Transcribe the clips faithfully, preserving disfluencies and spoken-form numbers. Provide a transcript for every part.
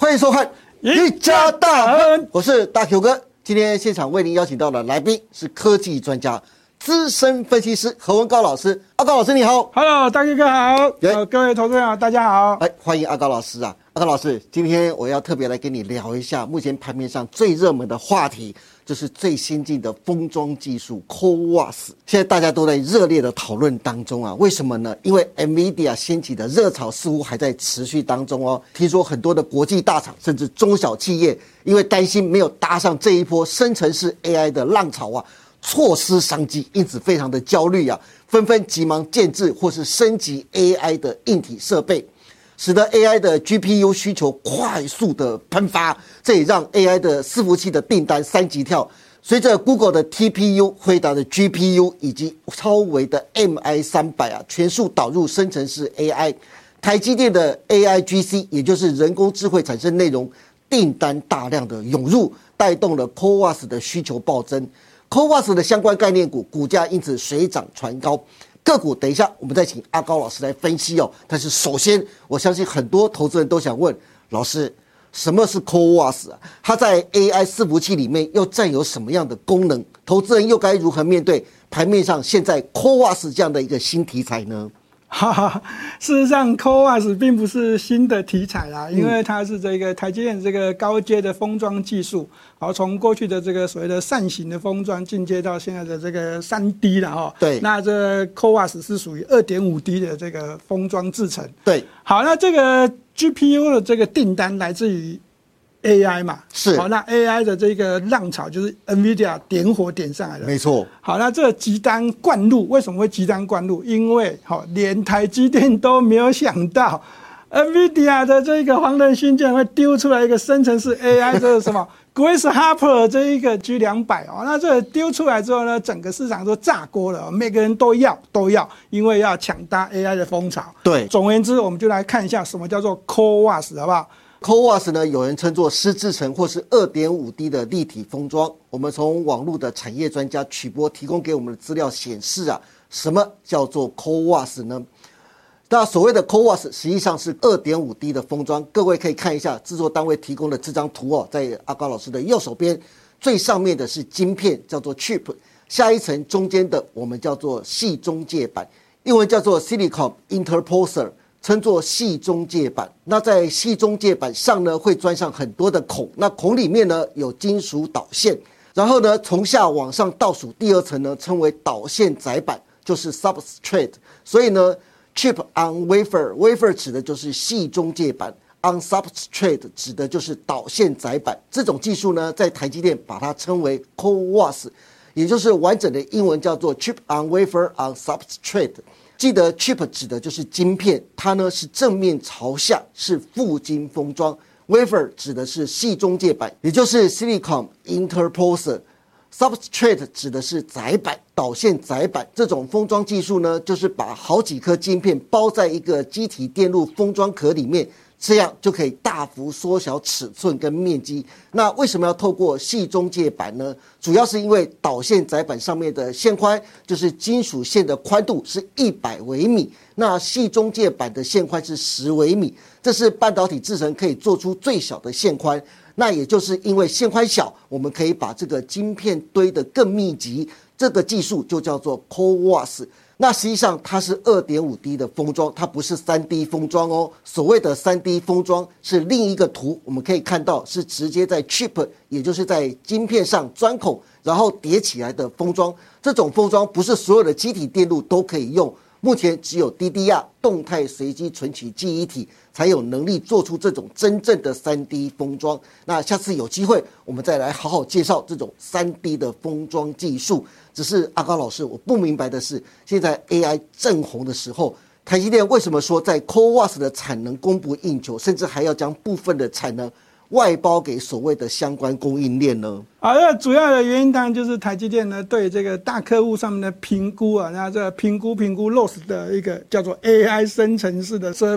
欢迎收看一家大亨，我是大 Q 哥。今天现场为您邀请到的来宾是科技专家、资深分析师何文高老师。阿高老师你好。 Hello， 大 Q 哥好。呃，各位投资人好，大家好。 哎，欢迎阿高老师啊。阿高老师，今天我要特别来跟你聊一下目前盘面上最热门的话题，就是最先进的封装技术 C O W A S。 现在大家都在热烈的讨论当中啊，为什么呢？因为 NVIDIA 掀起的热潮似乎还在持续当中哦。听说很多的国际大厂甚至中小企业，因为担心没有搭上这一波生成式 A I 的浪潮啊，错失商机，因此非常的焦虑啊，纷纷急忙建制或是升级 A I 的硬体设备，使得 A I 的 G P U 需求快速的喷发，这也让 A I 的伺服器的订单三级跳。随着 Google 的 T P U、辉达的 G P U 以及超微的 M I 三百啊，全数导入生成式 A I， 台积电的 A I G C， 也就是人工智慧产生内容订单大量的涌入，带动了 C O W A S 的需求暴增。C O W A S 的相关概念股股价因此水涨船高，个股等一下我们再请阿高老师来分析哦。但是首先，我相信很多投资人都想问老师，什么是 C O W A S 啊？它在 A I 伺服器里面又占有什么样的功能？投资人又该如何面对盘面上现在 C O W A S 这样的一个新题材呢？ 哈哈，事实上 C O W A S 并不是新的题材啦，因为它是这个台积电这个高阶的封装技术，好，从过去的这个所谓的扇形的封装进阶到现在的这个 三 D 了哈。 对， 那这 C O W A S 是属于 二点五 D 的这个封装制程。 对， 好，那这个 G P U 的这个订单来自于 A I 嘛， 是。 好，那 A I 的这个浪潮就是 NVIDIA 点火点上来的， 没错。 好，那这急单灌入，为什么会急单灌入？因为好，连台积电都没有想到 NVIDIA 的这个黄仁勋竟然会丢出来一个生成式 A I， 这是什么？Grace Hopper 这一个 G 两百 哦，那这丢出来之后呢，整个市场都炸锅了，每个人都要都要，因为要抢搭 A I 的风潮。 对， 总而言之，我们就来看一下什么叫做 C O W A S， 好不好 ？C O W A S 呢，有人称作湿制程或是 二点五 D 的立体封装。我们从网络的产业专家曲波提供给我们的资料显示啊，什么叫做 C O W A S 呢？那所谓的 C O W A S 实际上是 二点五 D 的封装，各位可以看一下制作单位提供的这张图哦，在阿高老师的右手边，最上面的是晶片，叫做 chip， 下一层中间的我们叫做细中介板，英文叫做 silicon interposer， 称作细中介板。那在细中介板上呢，会钻上很多的孔，那孔里面呢有金属导线，然后呢从下往上倒数第二层呢称为导线载板，就是 substrate。所以呢Chip on wafer， wafer 指的就是细中介板 ，on substrate 指的就是导线载板。这种技术呢，在台积电把它称为 C O W A S， 也就是完整的英文叫做 Chip on wafer on substrate。记得 Chip 指的就是晶片，它呢是正面朝下，是负晶封装。Wafer 指的是细中介板，也就是 Silicon Interposer。Substrate 指的是载板，导线载板。这种封装技术呢，就是把好几颗晶片包在一个基体电路封装壳里面，这样就可以大幅缩小尺寸跟面积。那为什么要透过细中介板呢？主要是因为导线载板上面的线宽，就是金属线的宽度是一百微米，那细中介板的线宽是十微米，这是半导体制程可以做出最小的线宽。那也就是因为线宽小，我们可以把这个晶片堆得更密集，这个技术就叫做 C O W A S。那实际上它是 二点五 D 的封装，它不是 三 D 封装哦。所谓的 三 D 封装是另一个图，我们可以看到是直接在 chip， 也就是在晶片上钻孔，然后叠起来的封装。这种封装不是所有的基体电路都可以用，目前只有 D D R 动态随机存取记忆体才有能力做出这种真正的 三 D 封装。那下次有机会我们再来好好介绍这种 三 D 的封装技术。只是阿高老师，我不明白的是，现在 A I 正红的时候，台积电为什么说在 C O W A S 的产能供不应求，甚至还要将部分的产能外包给所谓的相关供应链呢？ 好，那主要的原因当然就是台积电呢对这个大客户上面的评估啊，那这评估评估 loss 的一个叫做 A I 生成式的 server。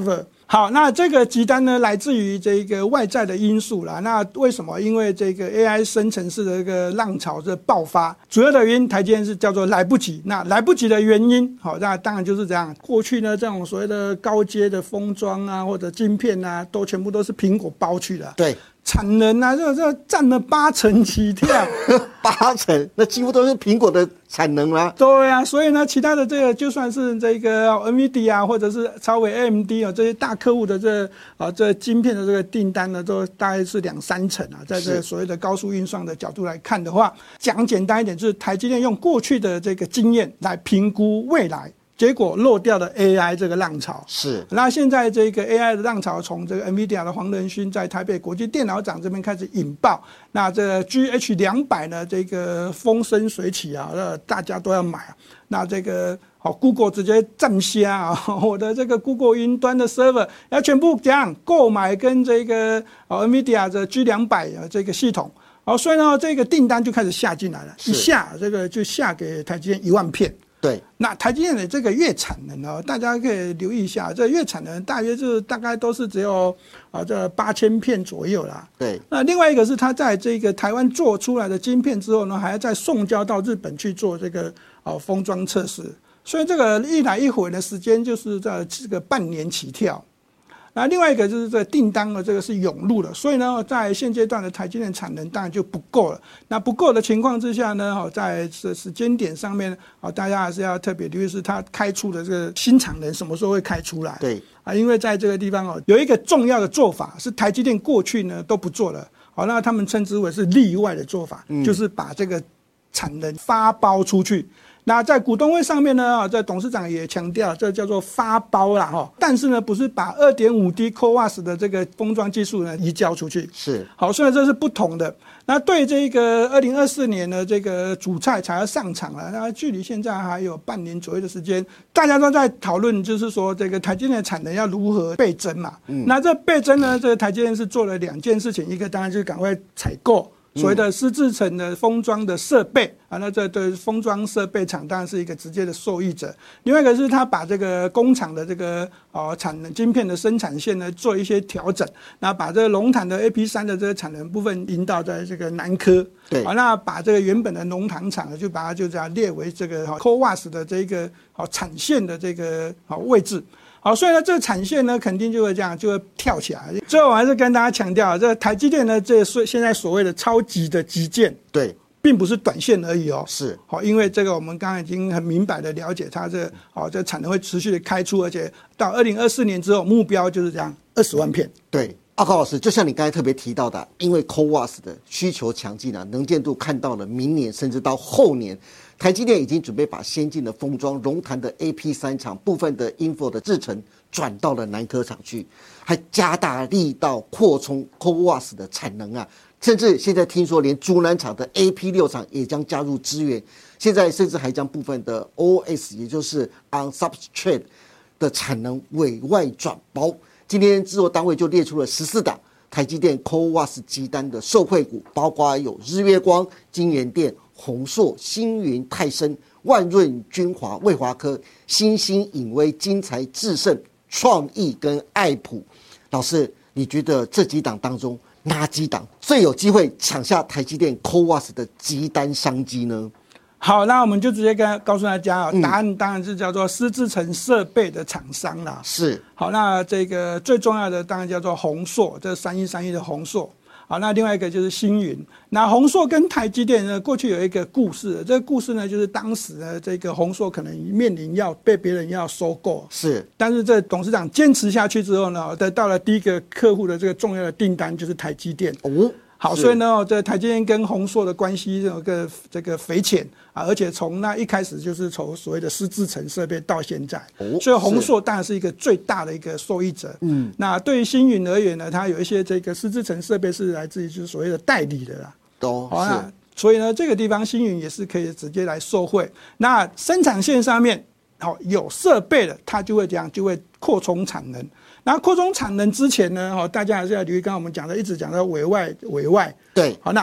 好，那这个急单呢，来自于这个外在的因素啦。那为什么？因为这个 A I 生成式的这个浪潮的爆发，主要的原因台积电是叫做来不及。那来不及的原因，好，那当然就是这样。过去呢，这种所谓的高阶的封装啊，或者晶片啊，都全部都是苹果包去的。 对。 产能啊，这这占了八成起跳， 八成，那几乎都是苹果的产能啦。 对啊，所以呢，其他的这个就算是这个 NVIDIA 啊，或者是超微 A M D 啊，这些大客户的这啊这晶片的这个订单呢，都大概是两三成啊。在这个所谓的高速运算的角度来看的话，讲简单一点，就是台积电用过去的这个经验来评估未来。结果漏掉了 A I 这个浪潮， 是。 那现在这个 A I 的浪潮从这个 NVIDIA 的黄仁勋在台北国际电脑展这边开始引爆，那这个 G H 两百呢，这个风生水起啊，那大家都要买啊。那这个好 ，Google 直接占瞎啊，我的这个 Google 云端的 server 要全部这样购买跟这个 NVIDIA 的 G 两百这个系统，好，所以呢，这个订单就开始下进来了，一下这个就下给台积电一万片。 对， 那台积电的这个月产能呢，大家可以留意一下，这月产能大约就是大概都是只有啊这八千片左右啦。 对， 那另外一个是它在这个台湾做出来的晶片之后呢，还要再送交到日本去做这个啊封装测试，所以这个一来一回的时间就是在这个半年起跳。那另外一个就是这个订单呢，这个是涌入了，所以呢，在现阶段的台积电产能当然就不够了。那不够的情况之下呢，在时间点上面，大家还是要特别留意是它开出的这个新产能什么时候会开出来。 对啊，因为在这个地方哦，有一个重要的做法是台积电过去呢都不做了，好，那他们称之为是例外的做法，嗯、就是把这个产能发包出去。那在股东会上面呢，在董事长也强调，这叫做发包啦哈。但是呢，不是把 二点五 D C O W A S 的这个封装技术呢移交出去。 是。好， 所以这是不同的。那对这个二零二四年的这个主菜才要上场了，那距离现在还有半年左右的时间，大家都在讨论，就是说这个台积电的产能要如何倍增嘛。嗯。那这倍增呢，这个台积电是做了两件事情，一个当然就是赶快采购。所谓的湿制程的封装的设备啊，那这对封装设备厂当然是一个直接的受益者。另外一个是他把这个工厂的这个呃产能晶片的生产线呢做一些调整，那把这个龙潭的 A P 三 的这个产能部分引导在这个南科， 对， 啊，那把这个原本的龙潭厂就把它就这样列为这个 C O W A S 的这个好产线的这个好位置。好，所以呢，这个产线呢，肯定就会这样，就会跳起来。最后，我还是跟大家强调，这个台积电呢，这现在所谓的超级的基建， 对， 并不是短线而已哦。 是， 好，因为这个我们刚刚已经很明白的了解，它这好，这产能会持续的开出，而且到二零二四年之后，目标就是这样，二十万片。 对。阿高老师，就像你刚才特别提到的，因为 C O W A S 的需求强劲啊，能见度看到了明年甚至到后年，台积电已经准备把先进的封装龙潭的 A P 三 厂部分的 I N F O 的制程转到了南科厂去，还加大力道扩充 C O W A S 的产能啊，甚至现在听说连竹南厂的 A P 六 厂也将加入支援，现在甚至还将部分的 O S 也就是 On Substrate 的产能委外转包。今天制作单位就列出了十四档台积电 C O W A S 基单的受惠股，包括有日月光、金源电、宏硕、星云、泰森、万润、君华、卫华科、新兴、颖威、精材、智胜、创意跟爱普。老师，你觉得这几档当中哪几档最有机会抢下台积电 C O W A S 的基单商机呢？ 好，那我们就直接跟告诉大家啊，答案当然是叫做湿制程设备的厂商啦。 是。好， 那这个最重要的当然叫做宏硕，这三一三一的宏硕。好，那另外一个就是星云。那宏硕跟台积电呢，过去有一个故事，这个故事呢，就是当时呢，这个宏硕可能面临要被别人要收购， 是。 但是这董事长坚持下去之后呢，得到了第一个客户的这个重要的订单，就是台积电。哦。好，所以呢，这台积电跟宏硕的关系有个这个匪浅啊，而且从那一开始就是从所谓的湿制程设备到现在，哦、所以宏硕当然是一个最大的一个受益者。嗯，那对于星云而言呢，它有一些这个湿制程设备是来自于就是所谓的代理的啦。 都、哦、 好，那所以呢，这个地方星云也是可以直接来受惠。那生产线上面好有设备的，它就会这样就会扩充产能。然后扩充产能之前呢，大家还是要留意，刚刚我们讲的，一直讲到委外委外。 对， 好，那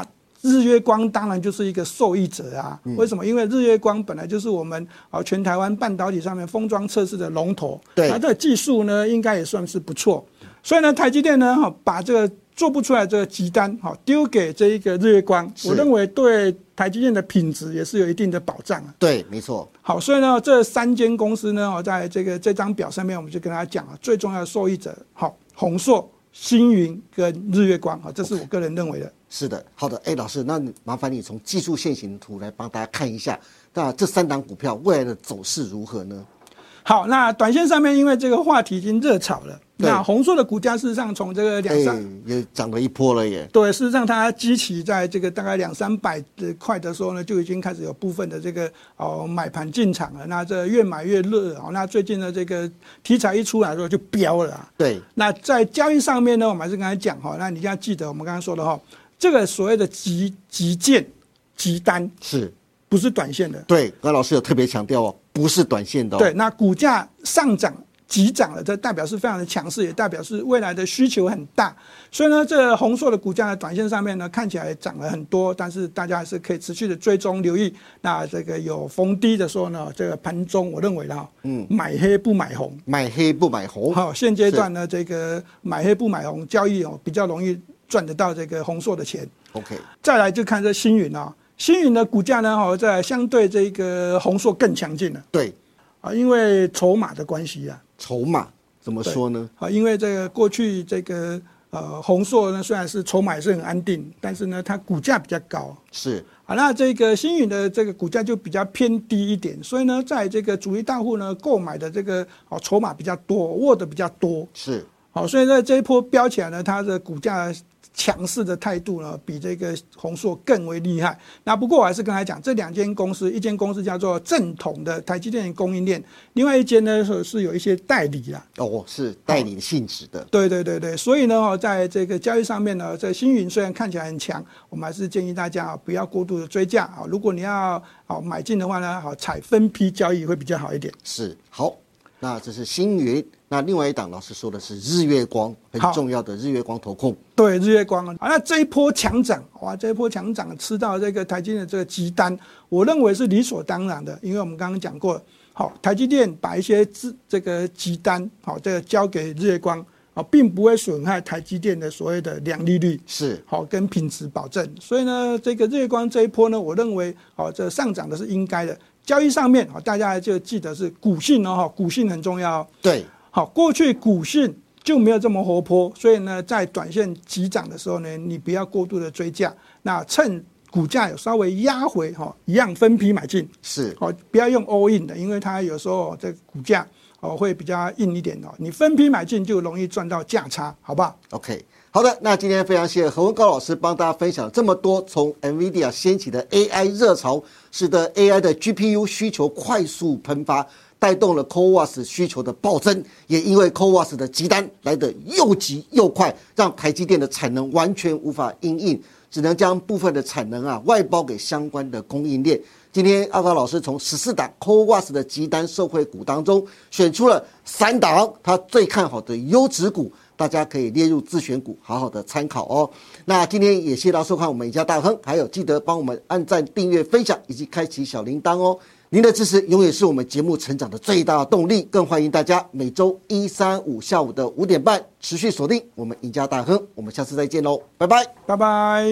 日月光当然就是一个受益者啊。 嗯、 为什么？因为日月光本来就是我们啊全台湾半导体上面封装测试的龙头， 对， 它的技术呢应该也算是不错。所以呢，台积电呢把这个做不出来这个急单好丢给这一个日月光，我认为对台积电的品质也是有一定的保障啊。 对，没错。好， 所以呢，这三间公司呢，在这个这张表上面，我们就跟大家讲啊，最重要的受益者，好，宏硕、星云跟日月光，好，这是我个人认为的。 是的，好的，哎，老师，那麻烦你从技术线型图来帮大家看一下，那这三档股票未来的走势如何呢？ 好，那短线上面因为这个话题已经热炒了，那宏硕的股价事实上从这个两三、欸、 也涨了一波了耶。 对，事实上它基期在这个大概两三百的块的时候呢，就已经开始有部分的这个哦买盘进场了。那这越买越热哦。那最近的这个题材一出来的时候就飙了、啊。 对。那在交易上面呢，我们还是刚才讲哈，那你要记得我们刚刚说的哈，这个所谓的急急件、急单是不是短线的？ 对，刚老师有特别强调哦。不是短线的、哦， 对，那股价上涨急涨了，这代表是非常的强势，也代表是未来的需求很大。所以呢，这宏硕的股价的短线上面呢，看起来涨了很多，但是大家还是可以持续的追踪留意。那这个有逢低的时候呢，这个盘中我认为啦，嗯，买黑不买红， 买黑不买红。 好，现阶段呢，这个买黑不买红交易哦，比较容易赚得到这个宏硕的钱。 OK， 再来就看这星云啊。星云的股价呢，哈，在相对这个宏硕更强劲了。 对， 啊，因为筹码的关系啊。 筹码怎么说呢？ 啊，因为这个过去这个呃宏硕呢，虽然是筹码是很安定，但是呢，它股价比较高。 是啊，那这个星云的这个股价就比较偏低一点，所以呢，在这个主力大户呢购买的这个哦筹码比较多，握的比较多。 是， 好，所以在这一波飙起来呢，它的股价强势的态度呢，比这个宏硕更为厉害。那不过我还是跟他讲，这两间公司，一间公司叫做正统的台积电供应链，另外一间呢是有一些代理啦。 哦，是代理性质的。 对对对对，所以呢，在这个交易上面呢，这星云虽然看起来很强，我们还是建议大家不要过度的追价啊。如果你要好买进的话呢，好采分批交易会比较好一点。 是，好。那这是星云，那另外一档老师说的是日月光，很重要的日月光投控。 对，日月光啊，那这一波强涨，哇，这一波强涨吃到这个台积电的这个急单，我认为是理所当然的，因为我们刚刚讲过，好，台积电把一些这个急单，好，这个交给日月光，啊，并不会损害台积电的所谓的良利率， 是好跟品质保证。所以呢，这个日月光这一波呢，我认为，好，这上涨的是应该的。交易上面，大家就记得是股性哦，股性很重要。 对， 好，过去股性就没有这么活泼，所以呢，在短线急涨的时候呢，你不要过度的追价，那趁股价有稍微压回哈，一样分批买进。 是， 好，不要用 all in 的，因为它有时候这股价哦会比较硬一点的，你分批买进就容易赚到价差，好不好 ？OK。好的，那今天非常谢谢何文高老师帮大家分享这么多，从 NVIDIA 掀起的 A I 热潮，使得 A I 的 G P U 需求快速喷发，带动了 C O V A S 需求的暴增，也因为 C O V A S 的急单来得又急又快，让台积电的产能完全无法因应，只能将部分的产能啊外包给相关的供应链。今天阿高老师从十四档 C O V A S 的急单受惠股当中选出了三档他最看好的优质股，大家可以列入自选股，好好的参考哦。那今天也谢谢大家收看我们赢家大亨，还有记得帮我们按赞、订阅、分享以及开启小铃铛哦。您的支持永远是我们节目成长的最大的动力，更欢迎大家每周一、三、五下午的五点半持续锁定我们赢家大亨。我们下次再见喽，拜拜， 拜拜。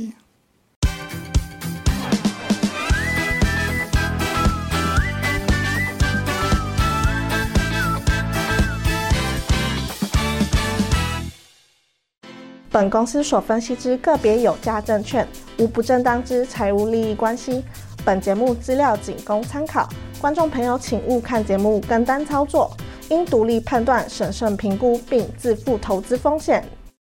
本公司所分析之个别有价证券，无不正当之财务利益关系。本节目资料仅供参考，观众朋友请勿看节目跟单操作，应独立判断、审慎评估并自负投资风险。